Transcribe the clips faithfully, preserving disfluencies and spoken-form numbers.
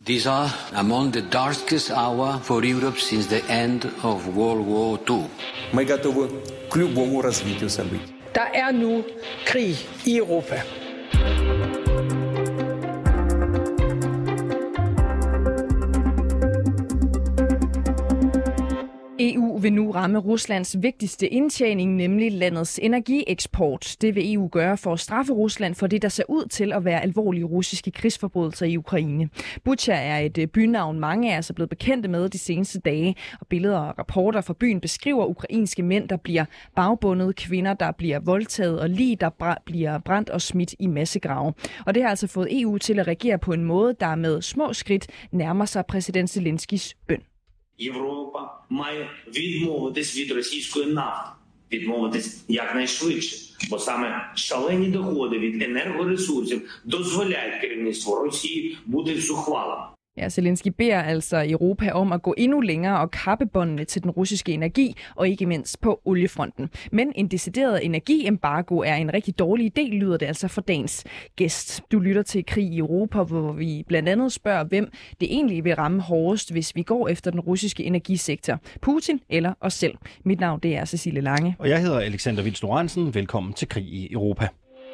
These are among the darkest hours for Europe since the end of World War Two. Мы готовы к любому развитию событий. Der er nu krig i Europa. E U vil nu ramme Ruslands vigtigste indtjening, nemlig landets energieksport. Det vil E U gøre for at straffe Rusland for det, der ser ud til at være alvorlige russiske krigsforbrydelser i Ukraine. Bucha er et bynavn, mange af os er blevet bekendte med de seneste dage, og billeder og rapporter fra byen beskriver ukrainske mænd, der bliver bagbundet, kvinder, der bliver voldtaget, og lig, der br- bliver brændt og smidt i massegrave. Og det har altså fået E U til at reagere på en måde, der med små skridt nærmer sig præsident Zelenskys bøn. Європа має відмовитись від російської нафти, відмовитись якнайшвидше, бо саме шалені доходи від енергоресурсів дозволяють керівництву Росії бути зухвалим. Ja, Zelensky beder altså Europa om at gå endnu længere og kappe båndene til den russiske energi, og ikke mindst på oliefronten. Men en decideret energiembargo er en rigtig dårlig idé, lyder det altså for dagens gæst. Du lytter til Krig i Europa, hvor vi blandt andet spørger, hvem det egentlig vil ramme hårdest, hvis vi går efter den russiske energisektor. Putin eller os selv. Mit navn det er Cecilie Lange. Og jeg hedder Alexander Vils Lorentzen. Velkommen til Krig i Europa.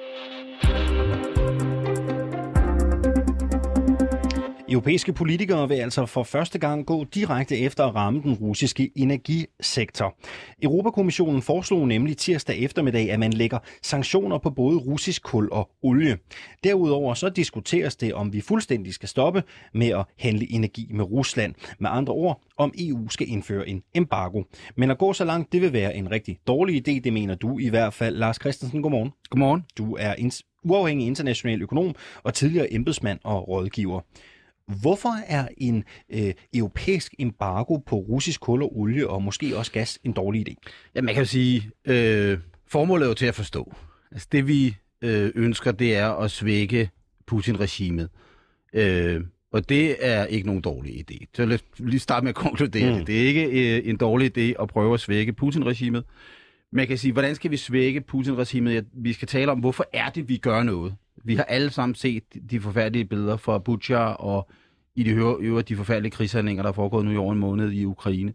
Europæiske politikere vil altså for første gang gå direkte efter at ramme den russiske energisektor. Europakommissionen foreslog nemlig tirsdag eftermiddag, at man lægger sanktioner på både russisk kul og olie. Derudover så diskuteres det, om vi fuldstændig skal stoppe med at handle energi med Rusland. Med andre ord, om E U skal indføre en embargo. Men at gå så langt, det vil være en rigtig dårlig idé, det mener du i hvert fald. Lars Christensen, godmorgen. Godmorgen. Du er uafhængig international økonom og tidligere embedsmand og rådgiver. Hvorfor er en øh, europæisk embargo på russisk kul og olie og måske også gas en dårlig idé? Ja, man kan jo sige, øh, formålet er jo til at forstå. Altså det vi øh, ønsker, det er at svække Putin-regimet. Øh, og det er ikke nogen dårlig idé. Så lad os lige starte med at konkludere mm. det. Det er ikke øh, en dårlig idé at prøve at svække Putin-regimet. Man kan sige, hvordan skal vi svække Putin-regimet? Vi skal tale om, hvorfor er det, vi gør noget. Vi har alle sammen set de forfærdelige billeder fra Bucha og i de øvrigt de forfærdelige krigshandlinger, der er foregået nu i over en måned i Ukraine.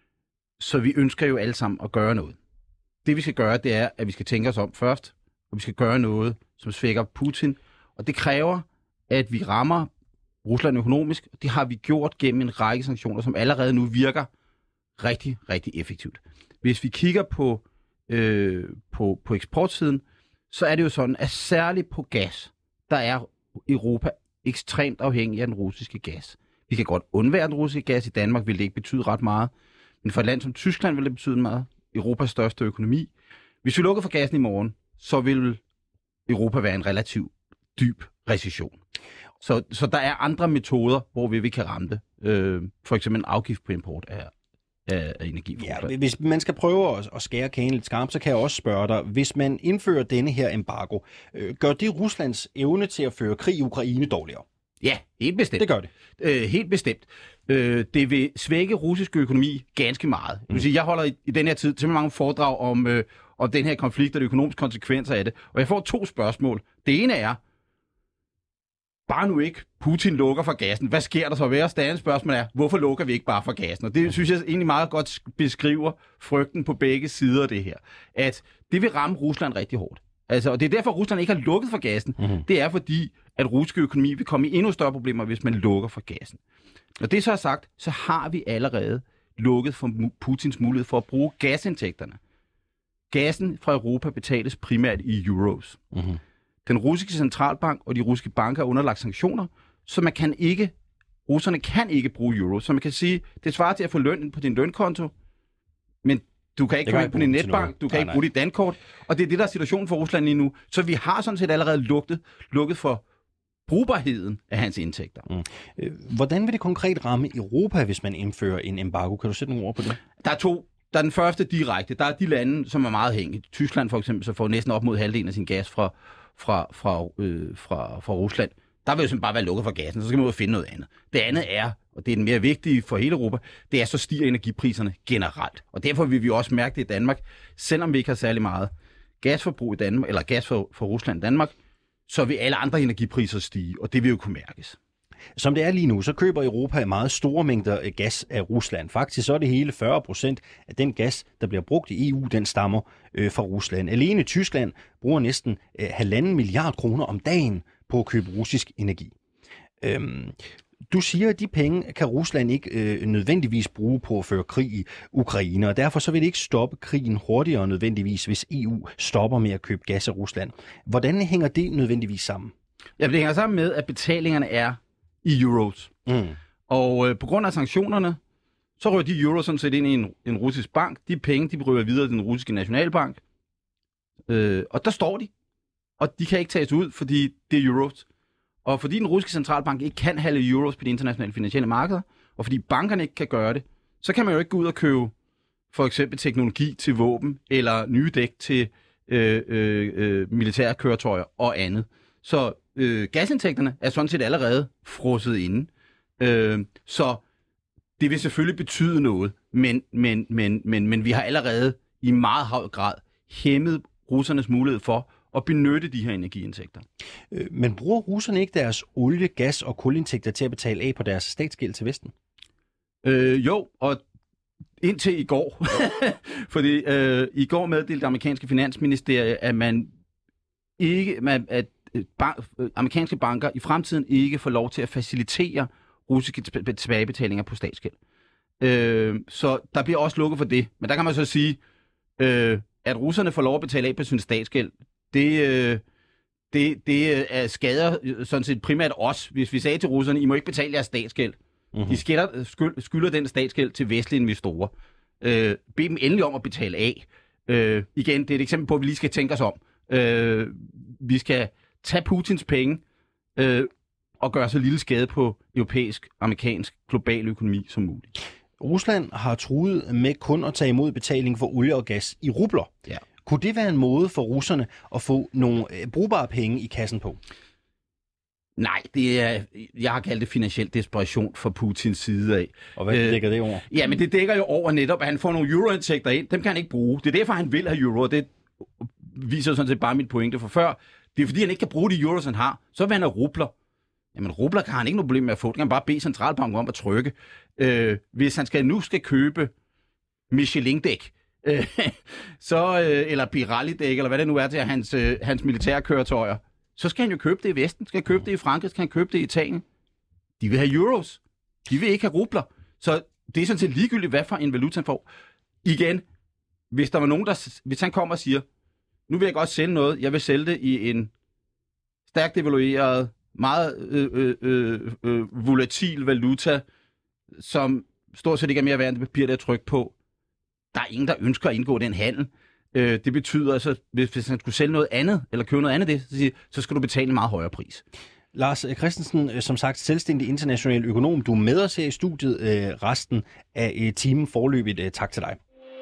Så vi ønsker jo alle sammen at gøre noget. Det vi skal gøre, det er, at vi skal tænke os om først, og vi skal gøre noget, som svækker Putin. Og det kræver, at vi rammer Rusland økonomisk. Det har vi gjort gennem en række sanktioner, som allerede nu virker rigtig, rigtig effektivt. Hvis vi kigger på, øh, på, på eksportsiden, så er det jo sådan, at særligt på gas, der er Europa ekstremt afhængig af den russiske gas. Vi kan godt undvære den russiske gas. I Danmark vil det ikke betyde ret meget. Men for et land som Tyskland vil det betyde meget. Europas største økonomi. Hvis vi lukker for gassen i morgen, så vil Europa være en relativt dyb recession. Så, så der er andre metoder, hvor vi, vi kan ramme det. Øh, for eksempel en afgift på import af af energi. Ja, hvis man skal prøve at skære kagen lidt skarpt, så kan jeg også spørge dig, hvis man indfører denne her embargo, øh, gør det Ruslands evne til at føre krig i Ukraine dårligere? Ja, helt bestemt. Det gør det. Øh, helt bestemt. Øh, det vil svække russisk økonomi ganske meget. Mm. Jeg holder i, i den her tid til mange foredrag om, øh, om den her konflikt og de økonomiske konsekvenser af det, og jeg får to spørgsmål. Det ene er, bare nu ikke Putin lukker for gassen. Hvad sker der så ved os? Det andet spørgsmål er, hvorfor lukker vi ikke bare for gassen? Og det synes jeg egentlig meget godt beskriver frygten på begge sider af det her. At det vil ramme Rusland rigtig hårdt. Altså, og det er derfor, at Rusland ikke har lukket for gassen. Mm-hmm. Det er fordi, at russisk økonomi vil komme i endnu større problemer, hvis man lukker for gassen. Når det så er sagt, så har vi allerede lukket for Putins mulighed for at bruge gasindtægterne. Gassen fra Europa betales primært i euros. Mm-hmm. Den russiske centralbank og de russiske banker er underlagt sanktioner, så man kan ikke, russerne kan ikke bruge euro. Så man kan sige, det svarer til at få løn på din lønkonto, men du kan ikke gå ind på din netbank, du kan nej, ikke bruge dit dankort, og det er det, der er situationen for Rusland lige nu. Så vi har sådan set allerede lukket, lukket for brugbarheden af hans indtægter. Mm. Hvordan vil det konkret ramme Europa, hvis man indfører en embargo? Kan du sætte nogle ord på det? Der er to. Der er den første direkte. Der er de lande, som er meget afhængige. Tyskland for eksempel, så får næsten op mod halvdelen af sin gas fra Fra, fra, øh, fra, fra Rusland, der vil jo simpelthen bare være lukket for gassen, så skal man ud og finde noget andet. Det andet er, og det er den mere vigtige for hele Europa, det er, så stiger energipriserne generelt. Og derfor vil vi også mærke det i Danmark, selvom vi ikke har særlig meget gasforbrug i Danmark, eller gas for, for Rusland i Danmark, så vil alle andre energipriser stige, og det vil jo kunne mærkes. Som det er lige nu, så køber Europa meget store mængder gas af Rusland. Faktisk så er det hele fyrre procent af den gas, der bliver brugt i E U, den stammer øh, fra Rusland. Alene Tyskland bruger næsten øh, halvanden milliard kroner om dagen på at købe russisk energi. Øhm, du siger, at de penge kan Rusland ikke øh, nødvendigvis bruge på at føre krig i Ukraine, og derfor så vil det ikke stoppe krigen hurtigere nødvendigvis, hvis E U stopper med at købe gas af Rusland. Hvordan hænger det nødvendigvis sammen? Ja, det hænger sammen med, at betalingerne er i euros. Mm. Og øh, på grund af sanktionerne, så rører de euro sådan set ind i en, en russisk bank. De penge, de rører videre til den russiske nationalbank. Øh, og der står de. Og de kan ikke tages ud, fordi det er euros. Og fordi den russiske centralbank ikke kan handle euros på de internationale finansielle markeder, og fordi bankerne ikke kan gøre det, så kan man jo ikke gå ud og købe for eksempel teknologi til våben, eller nye dæk til øh, øh, øh, militære køretøjer og andet. Så øh, gasindtægterne er sådan set allerede frosset inde. Øh, så det vil selvfølgelig betyde noget, men, men, men, men, men vi har allerede i meget høj grad hæmmet russernes mulighed for at benytte de her energiindtægter. Men bruger russerne ikke deres olie, gas og kulindtægter til at betale af på deres statsgæld til Vesten? Øh, jo, og indtil i går. Fordi øh, i går meddelte det amerikanske finansministerie, at man ikke, man, at bank, amerikanske banker i fremtiden ikke får lov til at facilitere russiske tilbagebetalinger på statsgæld. Øh, så der bliver også lukket for det. Men der kan man så sige, øh, at russerne får lov at betale af på sin statsgæld, det, øh, det, det er skader sådan set primært os. Hvis vi sagde til russerne, I må ikke betale jeres statsgæld. Mm-hmm. De skylder, skyld, skylder den statsgæld til vestlige investorer. Øh, bed dem endelig om at betale af. Øh, igen, det er et eksempel på, at vi lige skal tænke os om. Øh, vi skal tage Putins penge øh, og gøre så lille skade på europæisk, amerikansk, global økonomi som muligt. Rusland har truet med kun at tage imod betaling for olie og gas i rubler. Ja. Kunne det være en måde for russerne at få nogle brugbare penge i kassen på? Nej, det er, jeg har kaldt det finansiel desperation fra Putins side af. Og hvad øh, dækker det over? Ja, men det dækker jo over netop, at han får nogle euroindtægter ind. Dem kan han ikke bruge. Det er derfor, han vil have euro. Det viser sådan set bare mit pointe fra før. Det er fordi, han ikke kan bruge de euros, han har. Så vil han have rubler. Jamen, rubler kan han ikke noget problem med at få. Det kan han bare bede centralbanken om at trykke. Øh, hvis han skal, nu skal købe Michelin-dæk, øh, så, øh, eller Pirelli-dæk, eller hvad det nu er til hans, øh, hans militære køretøjer, så skal han jo købe det i Vesten, skal han købe det i Frankrig, skal han købe det i Italien. De vil have euros. De vil ikke have rubler. Så det er sådan set ligegyldigt, hvad for en valuta han får. Igen, hvis der var nogen, der, hvis han kommer og siger, nu vil jeg godt sælge noget, jeg vil sælge det i en stærkt devalueret, meget øh, øh, øh, øh, volatil valuta, som stort set ikke er mere værd end det papir, der er trykt på. Der er ingen, der ønsker at indgå den handel. Øh, det betyder altså, hvis, hvis han skulle sælge noget andet, eller købe noget andet det, så, så skal du betale en meget højere pris. Lars Christensen, som sagt selvstændig international økonom. Du er med os her i studiet øh, resten af timen forløbigt. Øh, tak til dig.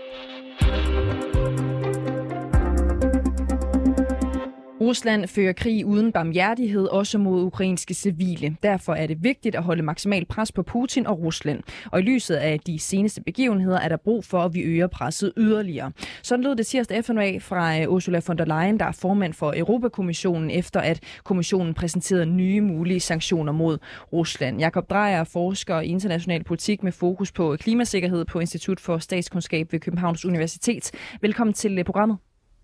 Rusland fører krig uden barmhjertighed, også mod ukrainske civile. Derfor er det vigtigt at holde maksimal pres på Putin og Rusland. Og i lyset af de seneste begivenheder er der brug for, at vi øger presset yderligere. Sådan lød det tirsdag eftermiddag fra Ursula von der Leyen, der er formand for Europakommissionen, efter at kommissionen præsenterede nye mulige sanktioner mod Rusland. Jakob Dreyer er forsker i international politik med fokus på klimasikkerhed på Institut for Statskundskab ved Københavns Universitet. Velkommen til programmet.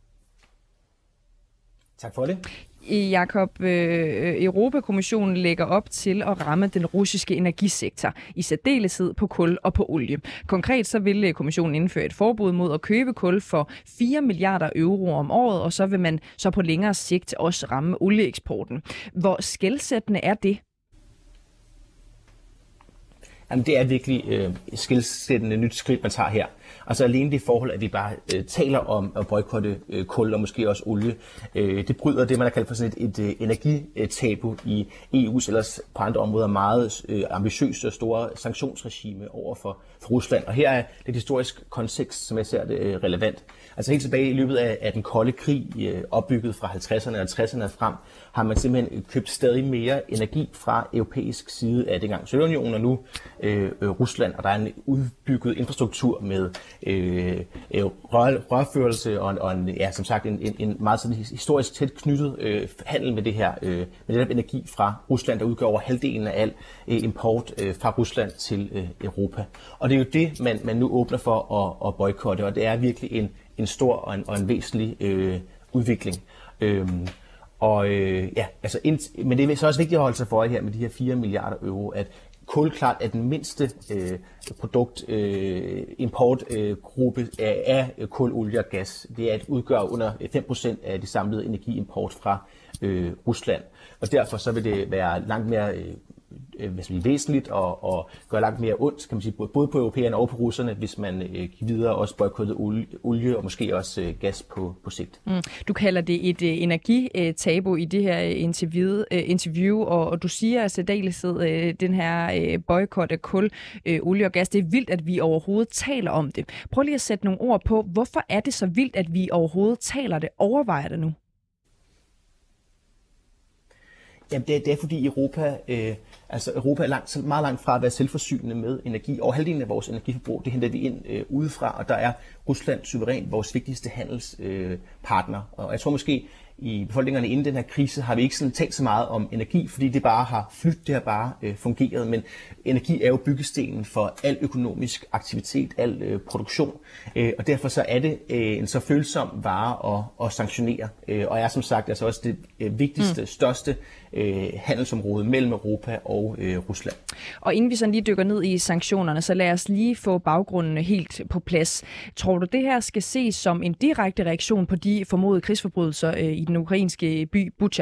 Tak for det. Jakob, øh, Europakommissionen lægger op til at ramme den russiske energisektor, i særdeleshed på kul og på olie. Konkret så vil kommissionen indføre et forbud mod at købe kul for fire milliarder euro om året, og så vil man så på længere sigt også ramme olieeksporten. Hvor skelsættende er det? Jamen, det er virkelig øh, skelsættende nyt skridt, man tager her. Altså alene det forhold, at vi bare øh, taler om at boykotte øh, kul og måske også olie, øh, det bryder det, man har kaldt for sådan et, et øh, energitabu i E U's ellers på andre områder meget øh, ambitiøse og store sanktionsregime over for, for Rusland. Og her er det historisk kontekst, som jeg ser det, øh, relevant. Altså helt tilbage i løbet af, af den kolde krig, øh, opbygget fra halvtredserne og tresserne frem, har man simpelthen købt stadig mere energi fra europæisk side af dengang Sovjetunionen, og nu øh, Rusland, og der er en udbygget infrastruktur med øh, rør, rørførelse og, og en, ja, som sagt en, en, en meget sådan historisk tæt knyttet øh, handel med det her øh, med det her energi fra Rusland, der udgør over halvdelen af al øh, import øh, fra Rusland til øh, Europa. Og det er jo det, man, man nu åbner for at, at boykotte, og det er virkelig en, en stor og en, og en væsentlig øh, udvikling. Øhm, og øh, ja, altså, ind, men det er så også vigtigt at holde sig for her med de her fire milliarder euro, at kul klart er den mindste øh, produkt øh, importgruppe øh, af, af kul, olie og gas. Det er at udgør under fem procent af det samlede energiimport fra øh, Rusland, og derfor så vil det være langt mere øh, hvad skal vi, væsentligt og, og gøre langt mere ondt, kan man sige, både på europæerne og på russerne, hvis man øh, giver videre også boykottet olie, olie og måske også øh, gas på, på sigt. Mm. Du kalder det et øh, energitabu i det her interview, øh, interview og, og du siger at særdeleshed øh, den her øh, boykot af kul, øh, olie og gas. Det er vildt, at vi overhovedet taler om det. Prøv lige at sætte nogle ord på, hvorfor er det så vildt, at vi overhovedet taler det? Overvejer det nu? Jamen, det er, det er fordi Europa, øh, altså Europa er langt, meget langt fra at være selvforsynende med energi. Over halvdelen af vores energiforbrug, det henter vi ind øh, udefra, og der er Rusland suverænt vores vigtigste handelspartner. Øh, og jeg tror måske, i befolkningerne inden den her krise har vi ikke sådan talt så meget om energi, fordi det bare har flyttet, det har bare øh, fungeret. Men energi er jo byggestenen for al økonomisk aktivitet, al øh, produktion, øh, og derfor så er det øh, en så følsom vare at, at sanktionere, øh, og er som sagt altså også det øh, vigtigste, mm. største øh, handelsområde mellem Europa og øh, Rusland. Og inden vi sådan lige dykker ned i sanktionerne, så lad os lige få baggrunden helt på plads. Tror du, det her skal ses som en direkte reaktion på de formodede krigsforbrydelser øh, i den ukrainske by Bucha?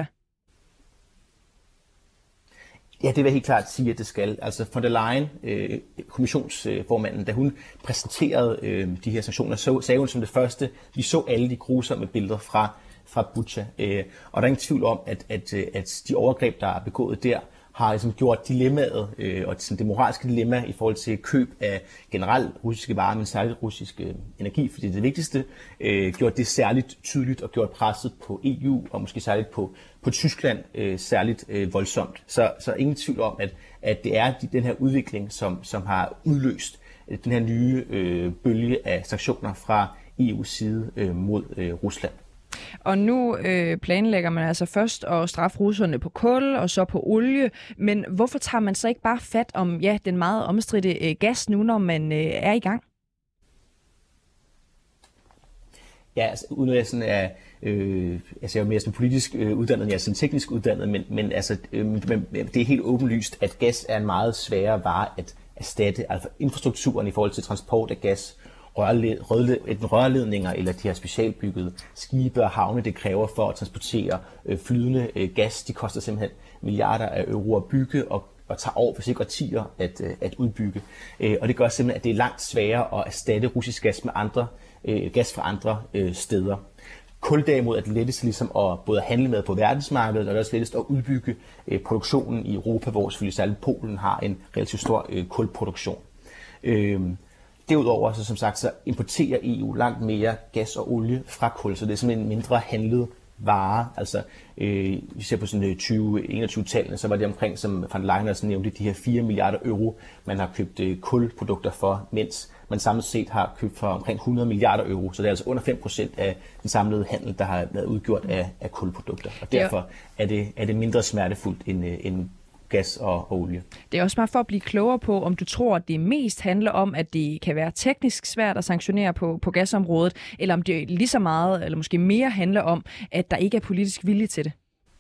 Ja, det vil jeg helt klart sige, at det skal. Altså von der Leyen, øh, kommissionsformanden, da hun præsenterede øh, de her sanktioner, så sagde hun som det første, vi så alle de grusomme billeder fra, fra Bucha. Øh, og der er ingen tvivl om, at, at, at de overgreb, der er begået der, har ligesom gjort dilemmaet, øh, og sådan det moralske dilemma i forhold til køb af generelt russiske varer, men særligt russisk øh, energi, fordi det er det vigtigste, øh, gjort det særligt tydeligt og gjort presset på E U, og måske særligt på, på Tyskland øh, særligt øh, voldsomt. Så, så ingen tvivl om, at, at det er den her udvikling, som, som har udløst øh, den her nye øh, bølge af sanktioner fra E U's side øh, mod øh, Rusland. Og nu øh, planlægger man altså først at straffe russerne på kul og så på olie, men hvorfor tager man så ikke bare fat om ja, den meget omstridte øh, gas nu, når man øh, er i gang? Ja, altså, uden at jeg sådan er, øh, altså jeg er mere sådan politisk øh, uddannet, end jeg er sådan teknisk uddannet, men, men altså, øh, men, det er helt åbenlyst, at gas er en meget sværere vare at erstatte. Altså infrastrukturen i forhold til transport af gas, rørledninger eller de her specialbyggede skibe og havne, det kræver for at transportere øh, flydende øh, gas. De koster simpelthen milliarder af euro at bygge og, og tager år, hvis ikke årtier, at, øh, at udbygge. Øh, og det gør simpelthen, at det er langt sværere at erstatte russisk gas med andre øh, gas fra andre øh, steder. Kul derimod er det lettest ligesom at både handle med på verdensmarkedet, og det er også lettest at udbygge øh, produktionen i Europa, hvor selvfølgelig særligt Polen har en relativt stor øh, kulproduktion. Øh, Derudover, så som sagt, så importerer E U langt mere gas og olie fra kul, så det er simpelthen en mindre handlet vare. Altså, øh, vi ser på sådan tyve enogtyve-tallene, så var det omkring, som von der Leyen også nævnte, de her fire milliarder euro, man har købt øh, kulprodukter for, mens man samlet set har købt for omkring hundrede milliarder euro. Så det er altså under fem procent af den samlede handel, der har været udgjort af, af kulprodukter. Og derfor er det, er det mindre smertefuldt end, end gas og olie. Det er også bare for at blive klogere på, om du tror, at det mest handler om, at det kan være teknisk svært at sanktionere på, på gasområdet, eller om det lige så meget, eller måske mere handler om, at der ikke er politisk vilje til det.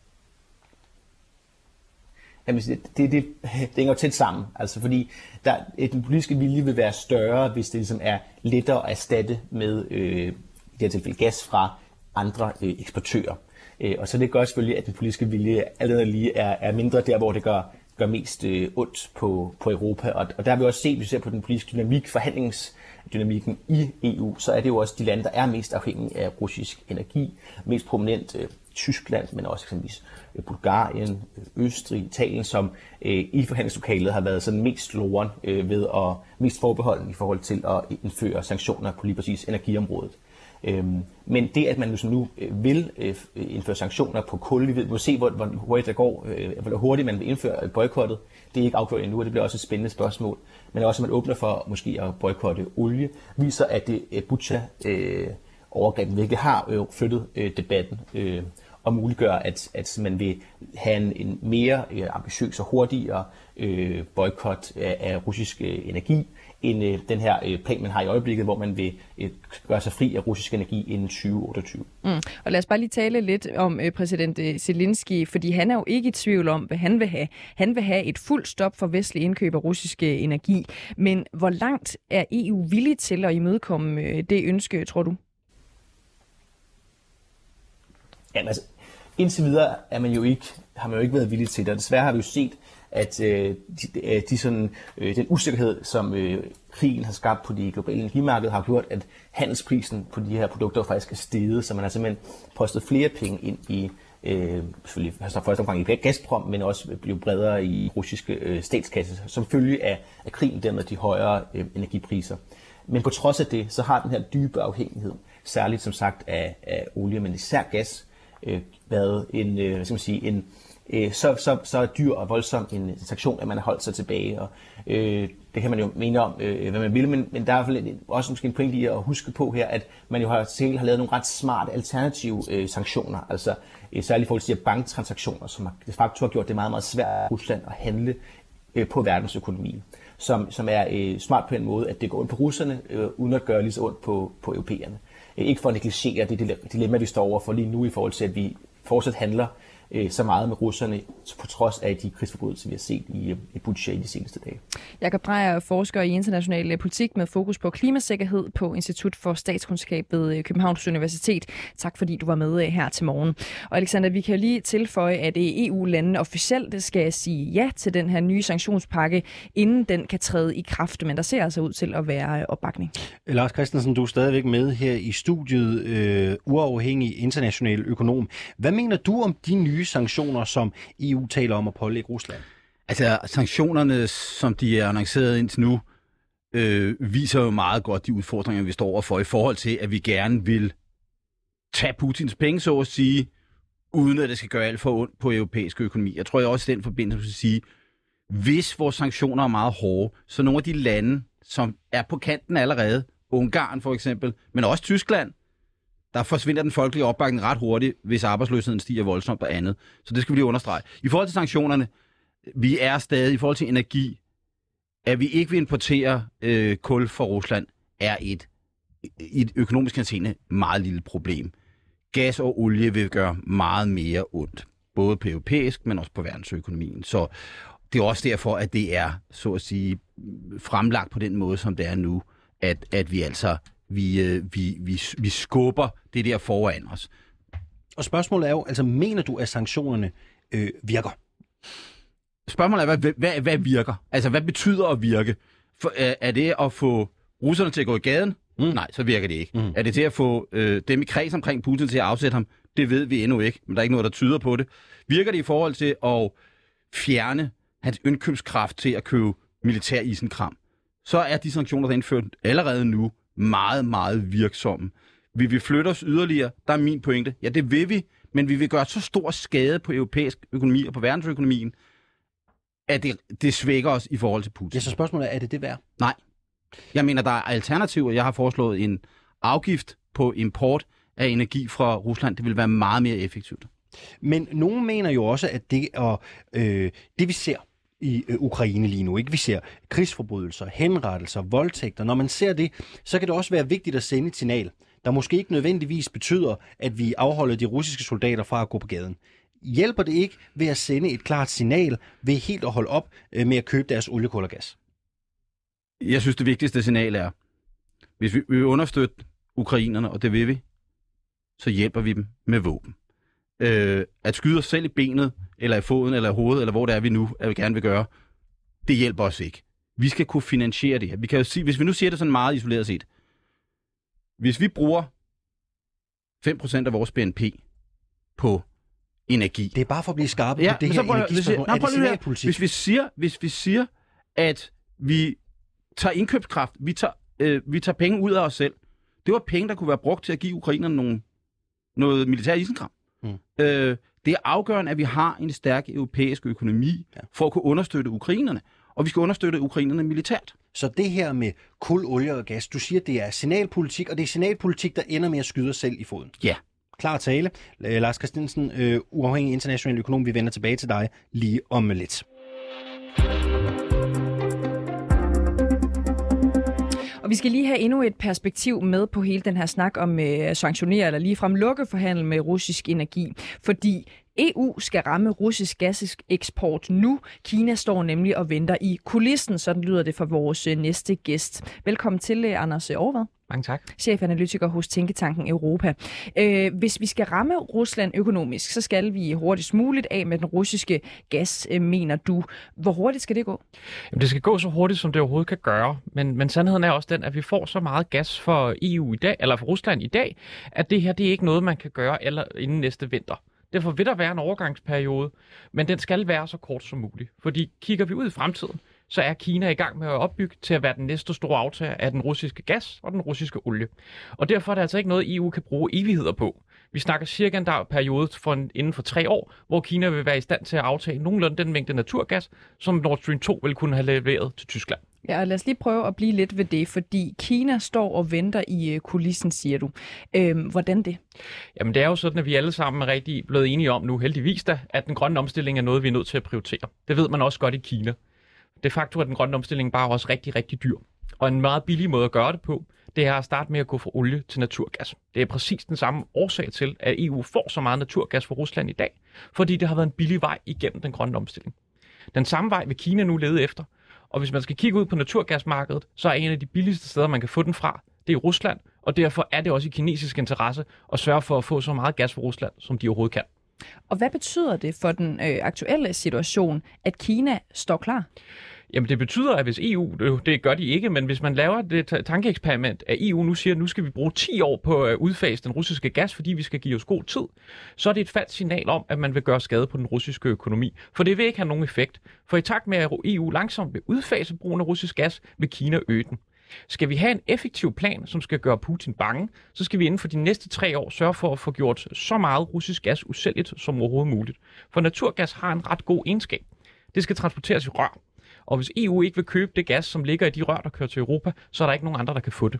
Jamen, det, det, det, det hænger jo tæt sammen, altså fordi der, den politiske vilje vil være større, hvis det ligesom er lettere at erstatte med, øh, i det her tilfælde, gas fra andre øh, eksportører. Øh, og så det gør selvfølgelig, at den politiske vilje allerede lige er, er mindre der, hvor det gør, gør mest øh, ondt på, på Europa. Og, og der har vi også set, hvis vi ser på den politiske dynamik, forhandlingsdynamikken i E U, så er det jo også de lande, der er mest afhængige af russisk energi. Mest prominent øh, Tyskland, men også eksempelvis øh, Bulgarien, øh, Østrig, Italien, som øh, i forhandlingslokalet har været sådan mest loren øh, ved at mest forbeholden i forhold til at indføre sanktioner på lige præcis energiområdet. Øhm, men det, at man ligesom nu øh, vil øh, indføre sanktioner på kul, vi ved, vi må se, hvor, hvor hurtigt det går, øh, hvor hurtigt man vil indføre boykottet. Det er ikke afgjort endnu, og det bliver også et spændende spørgsmål. Men også, at man åbner for måske at boykotte olie, viser, at det øh, Butcha-overgrebet øh, virkelig har øh, flyttet øh, debatten. Øh, og muliggør, at, at man vil have en, en mere øh, ambitiøs og hurtigere øh, boykot af, af russisk øh, energi, end øh, den her øh, plan, man har i øjeblikket, hvor man vil øh, gøre sig fri af russisk energi inden tyve otteogtyve. Mm. Og lad os bare lige tale lidt om øh, præsident øh, Zelensky, fordi han er jo ikke i tvivl om, hvad han vil have. Han vil have et fuldt stop for vestlig indkøb af russisk øh, energi. Men hvor langt er E U villig til at imødekomme øh, det ønske, tror du? Jamen altså, indtil videre er man jo ikke, har man jo ikke været villig til det, og desværre har vi jo set, at øh, de, de sådan, øh, den usikkerhed, som øh, krigen har skabt på de globale energimarkeder, har gjort, at handelsprisen på de her produkter faktisk er steget, så man har simpelthen postet flere penge ind i, øh, selvfølgelig altså først omgang i Gazprom, men også blive bredere i russiske øh, statskasse, som følge af, af krigen, dermed de højere øh, energipriser. Men på trods af det, så har den her dybe afhængighed, særligt som sagt af, af olie, men især gas, øh, været en, øh, hvad skal man sige, en øh, så, så, så dyr og voldsom en sanktion, at man har holdt sig tilbage. Og, øh, det kan man jo mene om, øh, hvad man vil, men, men der er i hvert fald også måske en pointe i at huske på her, at man jo har, selv har lavet nogle ret smarte alternative øh, sanktioner, altså øh, særligt i forhold til de her banktransaktioner, som har, de facto har gjort det meget, meget svært for Rusland at handle øh, på verdensøkonomien, som, som er øh, smart på den måde, at det går ondt på russerne, øh, uden at gøre lige så ondt på, på europæerne. Ikke for at negligere det dilemma, vi står over for lige nu i forhold til, at vi fortsat handler øh, så meget med russerne, på trods af de krigsforbrydelser, vi har set i, i Butcha i de seneste dage. Jakob Drejer er forsker i international politik med fokus på klimasikkerhed på Institut for Statskundskab ved Københavns Universitet. Tak fordi du var med her til morgen. Og Alexander, vi kan lige tilføje, at E U-landene officielt skal sige ja til den her nye sanktionspakke, inden den kan træde i kraft, men der ser altså ud til at være opbakning. Lars Christensen, du er stadigvæk med her i studiet, øh, uafhængig international økonom. Hvad mener du om de nye sanktioner, som E U taler om at pålægge Rusland? Altså, sanktionerne, som de er annonceret indtil nu, øh, viser jo meget godt de udfordringer, vi står overfor i forhold til, at vi gerne vil tage Putins penge, så at sige, uden at det skal gøre alt for ondt på europæisk økonomi. Jeg tror jeg også i den forbindelse vil sige, hvis vores sanktioner er meget hårde, så nogle af de lande, som er på kanten allerede, Ungarn for eksempel, men også Tyskland, der forsvinder den folkelige opbakning ret hurtigt, hvis arbejdsløsheden stiger voldsomt og andet. Så det skal vi lige understrege. I forhold til sanktionerne, vi er stadig, i forhold til energi, at vi ikke vil importere øh, kul fra Rusland, er et, et økonomisk henseende meget lille problem. Gas og olie vil gøre meget mere ondt, både på europæisk, men også på verdensøkonomien. Så det er også derfor, at det er, så at sige, fremlagt på den måde, som det er nu, at, at vi altså vi, vi, vi, vi skubber det der foran os. Og spørgsmålet er jo, altså mener du, at sanktionerne øh, virker? Spørgsmålet er, hvad, hvad, hvad virker? Altså, hvad betyder at virke? For, er, er det at få russerne til at gå i gaden? Mm. Nej, så virker det ikke. Mm. Er det til at få øh, dem i kreds omkring Putin til at afsætte ham? Det ved vi endnu ikke, men der er ikke noget, der tyder på det. Virker det i forhold til at fjerne hans indkøbskraft til at købe militær isenkram? Så er de sanktioner, der er indført allerede nu, meget, meget virksomme. Vil vi flytte os yderligere? Der er min pointe. Ja, det vil vi, men vi vil gøre så stor skade på europæisk økonomi og på verdensøkonomien, at det, det svækker os i forhold til Putin. Ja, så spørgsmålet er, er det det værd? Nej. Jeg mener, der er alternativer. Jeg har foreslået en afgift på import af energi fra Rusland. Det vil være meget mere effektivt. Men nogen mener jo også, at det, og, øh, det vi ser i øh, Ukraine lige nu, ikke? Vi ser krigsforbrydelser, henrettelser, voldtægter. Når man ser det, så kan det også være vigtigt at sende et signal, der måske ikke nødvendigvis betyder, at vi afholder de russiske soldater fra at gå på gaden. Hjælper det ikke ved at sende et klart signal ved helt at holde op øh, med at købe deres olie, kul og gas? Jeg synes, det vigtigste signal er, hvis vi vil understøtte ukrainerne, og det vil vi, så hjælper vi dem med våben. Øh, at skyde os selv i benet, eller i foden, eller i hovedet, eller hvor det er, vi nu at vi gerne vil gøre, det hjælper os ikke. Vi skal kunne finansiere det her. Vi kan jo sige, hvis vi nu siger det sådan meget isoleret set, hvis vi bruger fem procent af vores B N P på energi. Det er bare for at blive skarpe ja, på det her energispørgsmål. Er det signalpolitik? Hvis vi siger, hvis vi siger, at vi tager indkøbskraft, vi tager, øh, vi tager penge ud af os selv, Det var penge, der kunne være brugt til at give ukrainerne nogle, noget militær isenkram. Mm. Øh, det er afgørende, at vi har en stærk europæisk økonomi ja. for at kunne understøtte ukrainerne. Og vi skal understøtte ukrainerne militært. Så det her med kul, olie og gas, du siger, det er signalpolitik, og det er signalpolitik, der ender med at skyde os selv i foden. Ja. Klar tale. Lars Christensen, øh, uafhængig international økonom, vi vender tilbage til dig lige om lidt. Og vi skal lige have endnu et perspektiv med på hele den her snak om øh, sanktionere eller ligefrem lukke for handel med russisk energi. Fordi E U skal ramme russisk gaseksport nu. Kina står nemlig og venter i kulissen, sådan lyder det fra vores øh, næste gæst. Velkommen til, øh, Anders Overvad. Mange tak. Chefanalytiker hos Tænketanken Europa. Øh, hvis vi skal ramme Rusland økonomisk, så skal vi hurtigst muligt af med den russiske gas, øh, mener du. Hvor hurtigt skal det gå? Jamen, det skal gå så hurtigt, som det overhovedet kan gøre. Men, men sandheden er også den, at vi får så meget gas for E U i dag, eller for Rusland i dag, at det her det er ikke noget, man kan gøre eller inden næste vinter. Derfor vil der være en overgangsperiode, men den skal være så kort som muligt. Fordi kigger vi ud i fremtiden, så er Kina i gang med at opbygge til at være den næste store aftager af den russiske gas og den russiske olie. Og derfor er der altså ikke noget, E U kan bruge evigheder på. Vi snakker cirka en dag periode for en, inden for tre år, hvor Kina vil være i stand til at aftage nogenlunde den mængde naturgas, som Nord Stream to vil kunne have leveret til Tyskland. Ja, og lad os lige prøve at blive lidt ved det, fordi Kina står og venter i kulissen, siger du. Øhm, hvordan det? Jamen det er jo sådan, at vi alle sammen er rigtig blevet enige om nu, heldigvis da, at den grønne omstilling er noget, vi er nødt til at prioritere. Det ved man også godt i Kina. De facto er den grønne omstilling bare også rigtig, rigtig dyr. Og en meget billig måde at gøre det på, det er at starte med at gå fra olie til naturgas. Det er præcis den samme årsag til, at E U får så meget naturgas fra Rusland i dag, fordi det har været en billig vej igennem den grønne omstilling. Den samme vej vil Kina nu lede efter, og hvis man skal kigge ud på naturgasmarkedet, så er en af de billigste steder, man kan få den fra, det er Rusland, og derfor er det også i kinesisk interesse at sørge for at få så meget gas fra Rusland, som de overhovedet kan. Og hvad betyder det for den øh, aktuelle situation, at Kina står klar? Jamen det betyder, at hvis E U, det gør de ikke, men hvis man laver det tankeeksperiment, at E U nu siger, at nu skal vi bruge ti år på at udfase den russiske gas, fordi vi skal give os god tid, så er det et falsk signal om, at man vil gøre skade på den russiske økonomi. For det vil ikke have nogen effekt. For i takt med, at E U langsomt vil udfase brugen af russisk gas, vil Kina øge den. Skal vi have en effektiv plan, som skal gøre Putin bange, så skal vi inden for de næste tre år sørge for at få gjort så meget russisk gas usælgeligt som overhovedet muligt. For naturgas har en ret god egenskab. Det skal transporteres i rør. Og hvis E U ikke vil købe det gas, som ligger i de rør, der kører til Europa, så er der ikke nogen andre, der kan få det.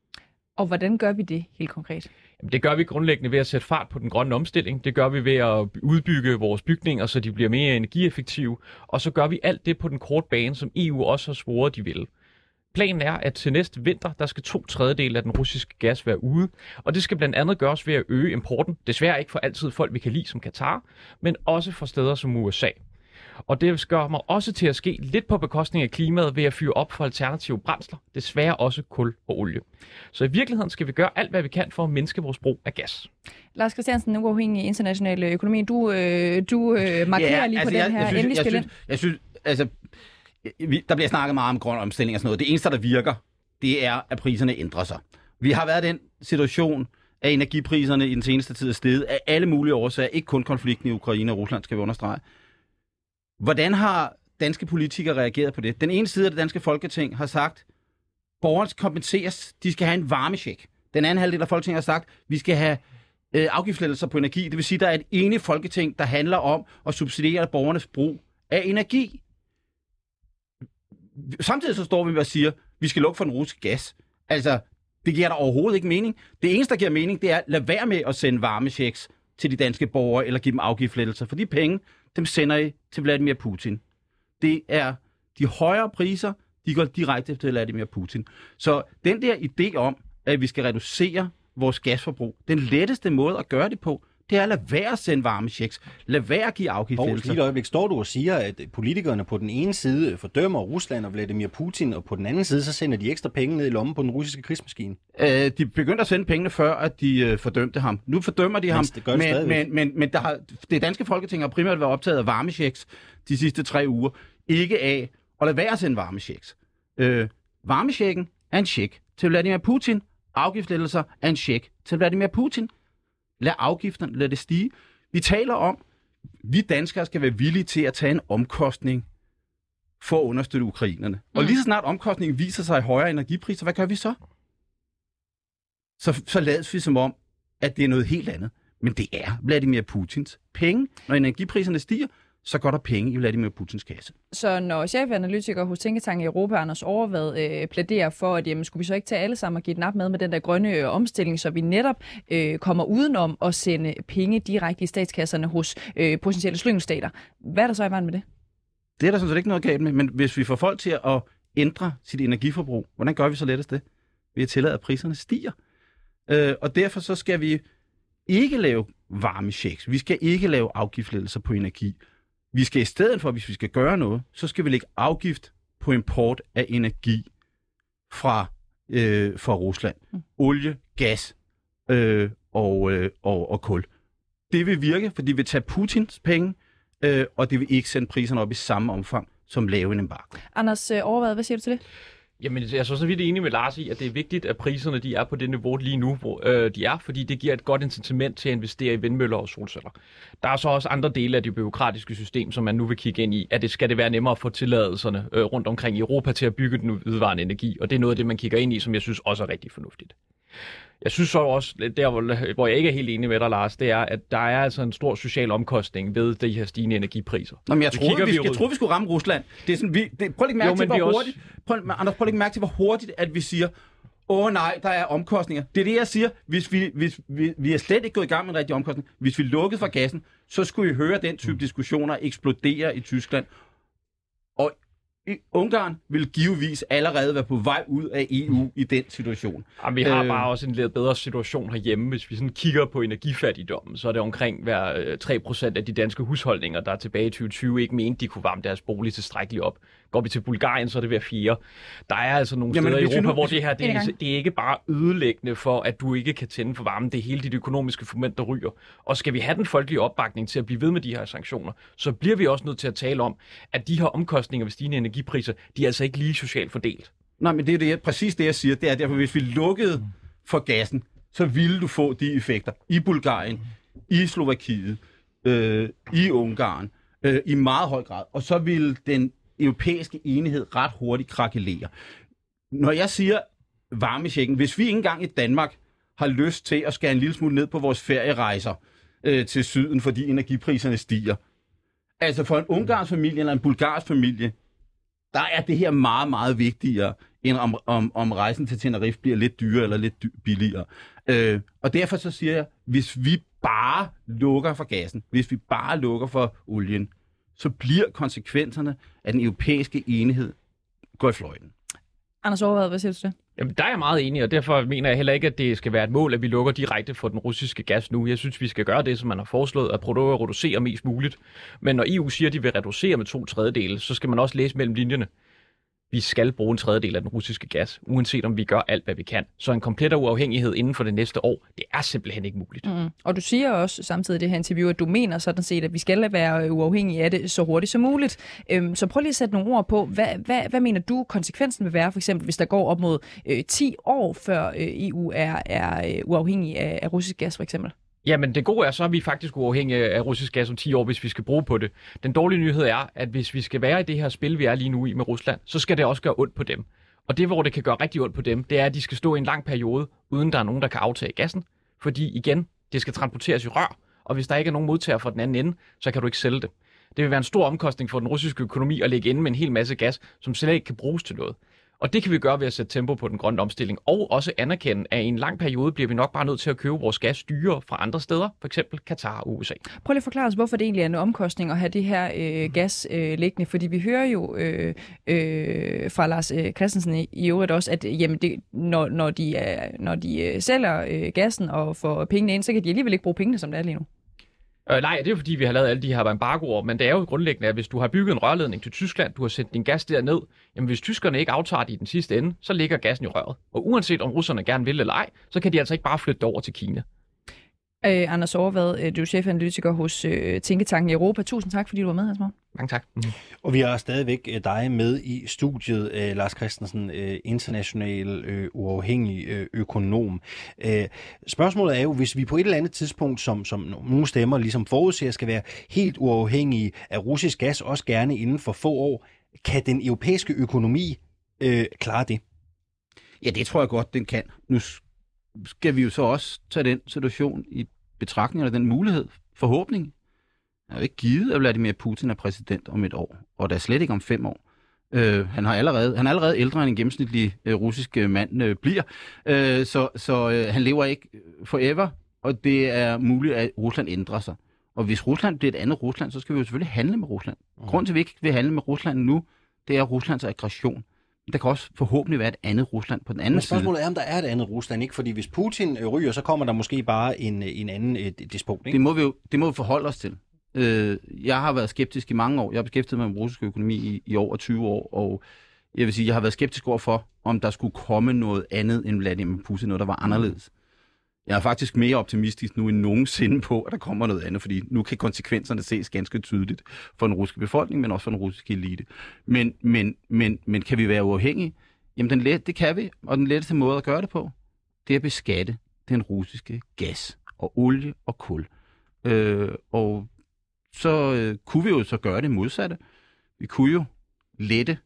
Og hvordan gør vi det helt konkret? Jamen, det gør vi grundlæggende ved at sætte fart på den grønne omstilling. Det gør vi ved at udbygge vores bygninger, så de bliver mere energieffektive. Og så gør vi alt det på den korte bane, som E U også har svoret, de vil. Planen er, at til næste vinter, der skal to tredjedele af den russiske gas være ude. Og det skal blandt andet gøres ved at øge importen. Desværre ikke for altid folk, vi kan lide som Katar, men også fra steder som U S A. Og det gør mig også til at ske lidt på bekostning af klimaet ved at fyre op for alternative brændsler, desværre også kul og olie. Så i virkeligheden skal vi gøre alt, hvad vi kan for at mindske vores brug af gas. Lars Christiansen, uafhængig international økonomi, du, øh, du øh, markerer ja, lige altså på jeg, den her endelig spil. Jeg synes, jeg synes, altså, vi, der bliver snakket meget om grøn omstilling og sådan noget. Det eneste, der virker, det er, at priserne ændrer sig. Vi har været i den situation, at energipriserne i den seneste tid er steget af alle mulige årsager, ikke kun konflikten i Ukraine og Rusland, skal vi understrege. Hvordan har danske politikere reageret på det? Den ene side af det danske Folketing har sagt, borgerne skal kompenseres, de skal have en varmecheck. Den anden halvdel af Folketinget har sagt, vi skal have øh, afgiftslettelser på energi. Det vil sige, at der er et enigt Folketing, der handler om at subsidiere borgernes brug af energi. Samtidig så står vi og siger, vi skal lukke for den russiske gas. Altså, det giver der overhovedet ikke mening. Det eneste, der giver mening, det er, lad være med at sende varmechecks til de danske borgere, eller give dem afgiftslettelser. For de penge, dem sender I til Vladimir Putin. Det er de højere priser, de går direkte til Vladimir Putin. Så den der idé om, at vi skal reducere vores gasforbrug, den letteste måde at gøre det på, det er at lade være at sende varmechecks. Lad være at give afgiftslettelser. Og i et øjeblik står du og siger, at politikerne på den ene side fordømmer Rusland og Vladimir Putin, og på den anden side, så sender de ekstra penge ned i lommen på den russiske krigsmaskine. Øh, de begyndte at sende pengene før, at de øh, fordømte ham. Nu fordømmer de ham, det gør det men, men, men, men der har, det danske Folketing har primært været optaget af varmechecks de sidste tre uger. Ikke af at lade være at sende varmechecks. Øh, varmechecken er en check til Vladimir Putin. Afgiftslettelser er en check til Vladimir Putin. Lad afgifterne, lad det stige. Vi taler om, vi danskere skal være villige til at tage en omkostning for at understøtte ukrainerne. Mm. Og lige så snart omkostningen viser sig i højere energipriser, hvad gør vi så? så, så lades vi som om, at det er noget helt andet. Men det er Vladimir Putins penge. Når energipriserne stiger, så går der penge i Vladimir Putins kasse. Så når chefanalytiker hos Tænketanken Europa, Anders Overvad, øh, plæderer for, at jamen, skulle vi så ikke tage alle sammen og give den op med med den der grønne øh, omstilling, så vi netop øh, kommer udenom at sende penge direkte i statskasserne hos øh, potentielle slyngelstater. Hvad er der så i vejen med det? Det er der sådan set ikke noget galt med, men hvis vi får folk til at ændre sit energiforbrug, hvordan gør vi så lettest det? Ved at tillade, at priserne stiger. Øh, og derfor så skal vi ikke lave varmechecks. Vi skal ikke lave afgiftslettelser på energi. Vi skal i stedet for, hvis vi skal gøre noget, så skal vi lægge afgift på import af energi fra, øh, fra Rusland. Mm. Olie, gas øh, og, øh, og, og kul. Det vil virke, for det vil tage Putins penge, øh, og det vil ikke sende priserne op i samme omfang som lave en embargo. Anders Overvad, hvad siger du til det? Jamen, jeg er så vidt enig med Lars i, at det er vigtigt, at priserne de er på det niveau lige nu, hvor øh, de er, fordi det giver et godt incitament til at investere i vindmøller og solceller. Der er så også andre dele af det bureaukratiske system, som man nu vil kigge ind i. At det skal det være nemmere at få tilladelserne øh, rundt omkring i Europa til at bygge den vedvarende energi, og det er noget af det, man kigger ind i, som jeg synes også er rigtig fornuftigt. Jeg synes så også, der hvor jeg ikke er helt enig med dig, Lars, det er, at der er altså en stor social omkostning ved de her stigende energipriser. Nå, men jeg, troede, vi, vi, jeg troede, vi skulle ramme Rusland. Det er sådan, vi, det, prøv at lægge mærke jo, til, hvor hurtigt, også... prøv, Anders, prøv at lægge mærke til, hvor hurtigt, at vi siger, åh nej, der er omkostninger. Det er det, jeg siger. Hvis vi, hvis vi, vi er slet ikke gået i gang med en rigtig omkostning. Hvis vi lukkede for gassen, så skulle I høre den type diskussioner eksplodere i Tyskland. Og Ungarn vil givetvis allerede være på vej ud af E U i den situation. Jamen, vi har øh... bare også en lidt bedre situation herhjemme. Hvis vi sådan kigger på energifattigdommen, så er det omkring hver tre procent af de danske husholdninger, der tilbage i tyve tyve ikke mente, de kunne varme deres bolig tilstrækkeligt op. Går vi til Bulgarien, så er det hver fire. Der er altså nogle Jamen, steder i Europa, nu... hvor det her, det er, det er ikke bare ødelæggende for, at du ikke kan tænde for varmen. Det er hele dit økonomiske fundament, der ryger. Og skal vi have den folkelige opbakning til at blive ved med de her sanktioner, så bliver vi også nødt til at tale om, at de her omkostninger ved stigende energipriser, de er altså ikke lige socialt fordelt. Nej, men det er det, præcis det, jeg siger. Det er derfor, hvis vi lukkede for gassen, så ville du få de effekter i Bulgarien, i Slovakiet, øh, i Ungarn, øh, i meget høj grad. Og så ville den europæiske enighed ret hurtigt krakelere. Når jeg siger varmechecken, hvis vi ikke engang i Danmark har lyst til at skære en lille smule ned på vores ferierejser øh, til syden, fordi energipriserne stiger. Altså for en ungarsk familie eller en bulgarsk familie, der er det her meget, meget vigtigere, end om, om, om rejsen til Tenerife bliver lidt dyrere eller lidt dy- billigere. Øh, og derfor så siger jeg, hvis vi bare lukker for gassen, hvis vi bare lukker for olien, så bliver konsekvenserne af den europæiske enighed går i fløjten. Anders Overvad, hvad siger du til det? Jamen, der er jeg meget enig, og derfor mener jeg heller ikke, at det skal være et mål, at vi lukker direkte for den russiske gas nu. Jeg synes, vi skal gøre det, som man har foreslået, at prøve at reducere mest muligt. Men når E U siger, at de vil reducere med to tredjedele, så skal man også læse mellem linjerne. Vi skal bruge en tredjedel af den russiske gas, uanset om vi gør alt, hvad vi kan. Så en komplet uafhængighed inden for det næste år, det er simpelthen ikke muligt. Mm. Og du siger også samtidig i det her interview, at du mener sådan set, at vi skal være uafhængige af det så hurtigt som muligt. Øhm, så prøv lige at sætte nogle ord på, hvad, hvad, hvad mener du konsekvensen vil være, for eksempel hvis der går op mod øh, ti år, før øh, E U er, er øh, uafhængig af, af russisk gas, for eksempel? Jamen, det gode er, så er vi faktisk uafhængige af russisk gas om ti år, hvis vi skal bruge på det. Den dårlige nyhed er, at hvis vi skal være i det her spil, vi er lige nu i med Rusland, så skal det også gøre ondt på dem. Og det, hvor det kan gøre rigtig ondt på dem, det er, at de skal stå i en lang periode, uden der er nogen, der kan aftage gassen. Fordi igen, det skal transporteres i rør, og hvis der ikke er nogen modtager fra den anden ende, så kan du ikke sælge det. Det vil være en stor omkostning for den russiske økonomi at lægge inde med en hel masse gas, som slet ikke kan bruges til noget. Og det kan vi gøre ved at sætte tempo på den grønne omstilling, og også anerkende, at i en lang periode bliver vi nok bare nødt til at købe vores gas dyrere fra andre steder, f.eks. Qatar og U S A. Prøv lige at forklare os, hvorfor det egentlig er en omkostning at have det her øh, gas øh, liggende, fordi vi hører jo øh, øh, fra Lars øh, Christensen i, i øvrigt også, at jamen det, når, når de, er, når de øh, sælger øh, gassen og får pengene ind, så kan de alligevel ikke bruge pengene, som det er lige nu. Øh, nej, det er fordi, vi har lavet alle de her embargoer, men det er jo grundlæggende, at hvis du har bygget en rørledning til Tyskland, du har sendt din gas derned, jamen hvis tyskerne ikke aftager det i den sidste ende, så ligger gassen i røret. Og uanset om russerne gerne vil eller ej, så kan de altså ikke bare flytte over til Kina. Øh, Anders Overvad, du er chefanalytiker hos øh, Tænketanken Europa. Tusind tak, fordi du var med, Hans Morgen. Mange tak. Mm-hmm. Og vi har stadigvæk dig med i studiet, øh, Lars Christensen, øh, international øh, uafhængig øh, økonom. Øh, spørgsmålet er jo, hvis vi på et eller andet tidspunkt, som, som nogle stemmer ligesom forudser, skal være helt uafhængige af russisk gas, også gerne inden for få år, kan den europæiske økonomi øh, klare det? Ja, det tror jeg godt, den kan. Nu skal vi jo så også tage den situation i betragtning, eller den mulighed, forhåbning. Det er jo ikke givet, at Vladimir Putin er præsident om et år, og der er slet ikke om fem år. Øh, han, har allerede, han er allerede ældre end en gennemsnitlig øh, russisk øh, mand øh, bliver, øh, så, så øh, han lever ikke forever, og det er muligt, at Rusland ændrer sig. Og hvis Rusland bliver et andet Rusland, så skal vi jo selvfølgelig handle med Rusland. Mm. Grunden til, at vi ikke vil handle med Rusland nu, det er Ruslands aggression. Der kan også forhåbentlig være et andet Rusland på den anden side. Men spørgsmålet er, om der er et andet Rusland, ikke? Fordi hvis Putin ryger, så kommer der måske bare en, en anden et despot, ikke? Det må vi jo det må vi forholde os til. Øh, jeg har været skeptisk i mange år. Jeg har beskæftiget mig med russisk økonomi i, i over tyve år, og jeg vil sige, jeg har været skeptisk overfor, om der skulle komme noget andet end Vladimir Putin, noget der var anderledes. Jeg er faktisk mere optimistisk nu end nogensinde på, at der kommer noget andet, fordi nu kan konsekvenserne ses ganske tydeligt for den russiske befolkning, men også for den russiske elite. Men, men, men, men kan vi være uafhængige? Jamen, den let, det kan vi, og den letteste måde at gøre det på, det er at beskatte den russiske gas og olie og kul. Øh, og så øh, kunne vi jo så gøre det modsatte. Vi kunne jo lette,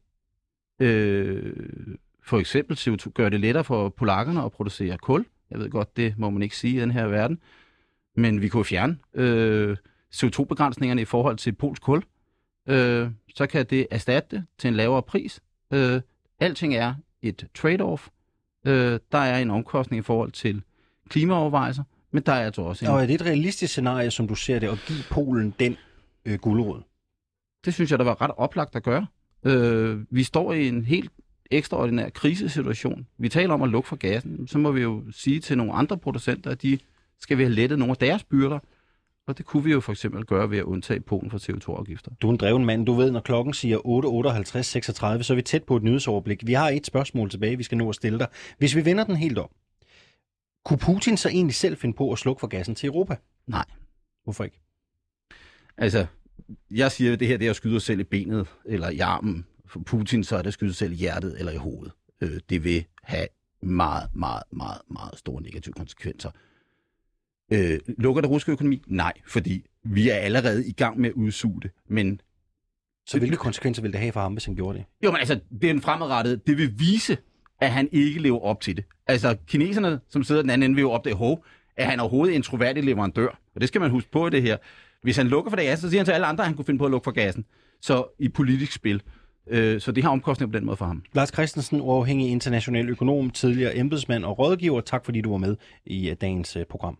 øh, for eksempel C O to, gøre det lettere for polakkerne at producere kul. Jeg ved godt, det må man ikke sige i den her verden. Men vi kunne fjerne øh, C O to begrænsningerne i forhold til polsk kul. Øh, så kan det erstatte det til en lavere pris. Øh, alting er et trade-off. Øh, der er en omkostning i forhold til klimaovervejelser, men der er altså også en... Og er det et realistisk scenarie, som du ser det, at give Polen den øh, gulerod? Det synes jeg, der var ret oplagt at gøre. Øh, vi står i en helt ekstraordinær krisesituation. Vi taler om at lukke for gassen. Så må vi jo sige til nogle andre producenter, at de skal vi have lettet nogle af deres byrder. Og det kunne vi jo for eksempel gøre ved at undtage Polen for C O to afgifter. Du er en dreven mand. Du ved, når klokken siger otte otteoghalvtreds seksogtredive, så er vi tæt på et nyhedsoverblik. Vi har et spørgsmål tilbage, vi skal nå at stille dig. Hvis vi vender den helt om, kunne Putin så egentlig selv finde på at slukke for gassen til Europa? Nej. Hvorfor ikke? Altså, jeg siger, at det her det er at skyde os selv i benet eller i armen. For Putin så er det at skyde sig selv i hjertet eller i hovedet. Øh, det vil have meget, meget, meget, meget store negative konsekvenser. Øh, lukker det russiske økonomi? Nej, fordi vi er allerede i gang med at udsuge det. Men så hvilke konsekvenser vil det have for ham, hvis han gjorde det? Jo, men altså, det er en fremadrettet. Det vil vise, at han ikke lever op til det. Altså, kineserne, som sidder den anden ende, vil jo opdage, hov, at han overhovedet en troværdig leverandør. Og det skal man huske på i det her. Hvis han lukker for det gas, så siger han til alle andre, at han kunne finde på at lukke for gassen. Så i politisk spil. Øh, så det har omkostninger på den måde for ham. Lars Christensen, uafhængig international økonom, tidligere embedsmand og rådgiver. Tak fordi du var med i dagens program.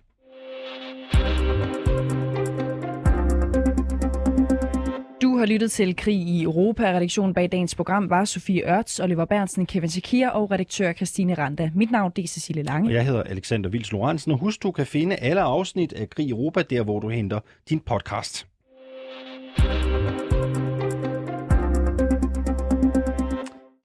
Du har lyttet til Krig i Europa. Redaktionen bag dagens program var Sofie Ørts, Oliver Berntsen, Kevin Shakir og redaktør Christine Randa. Mit navn er Cecilie Lange. Og jeg hedder Alexander Vils Lorentzen. Husk, du kan finde alle afsnit af Krig i Europa, der hvor du henter din podcast.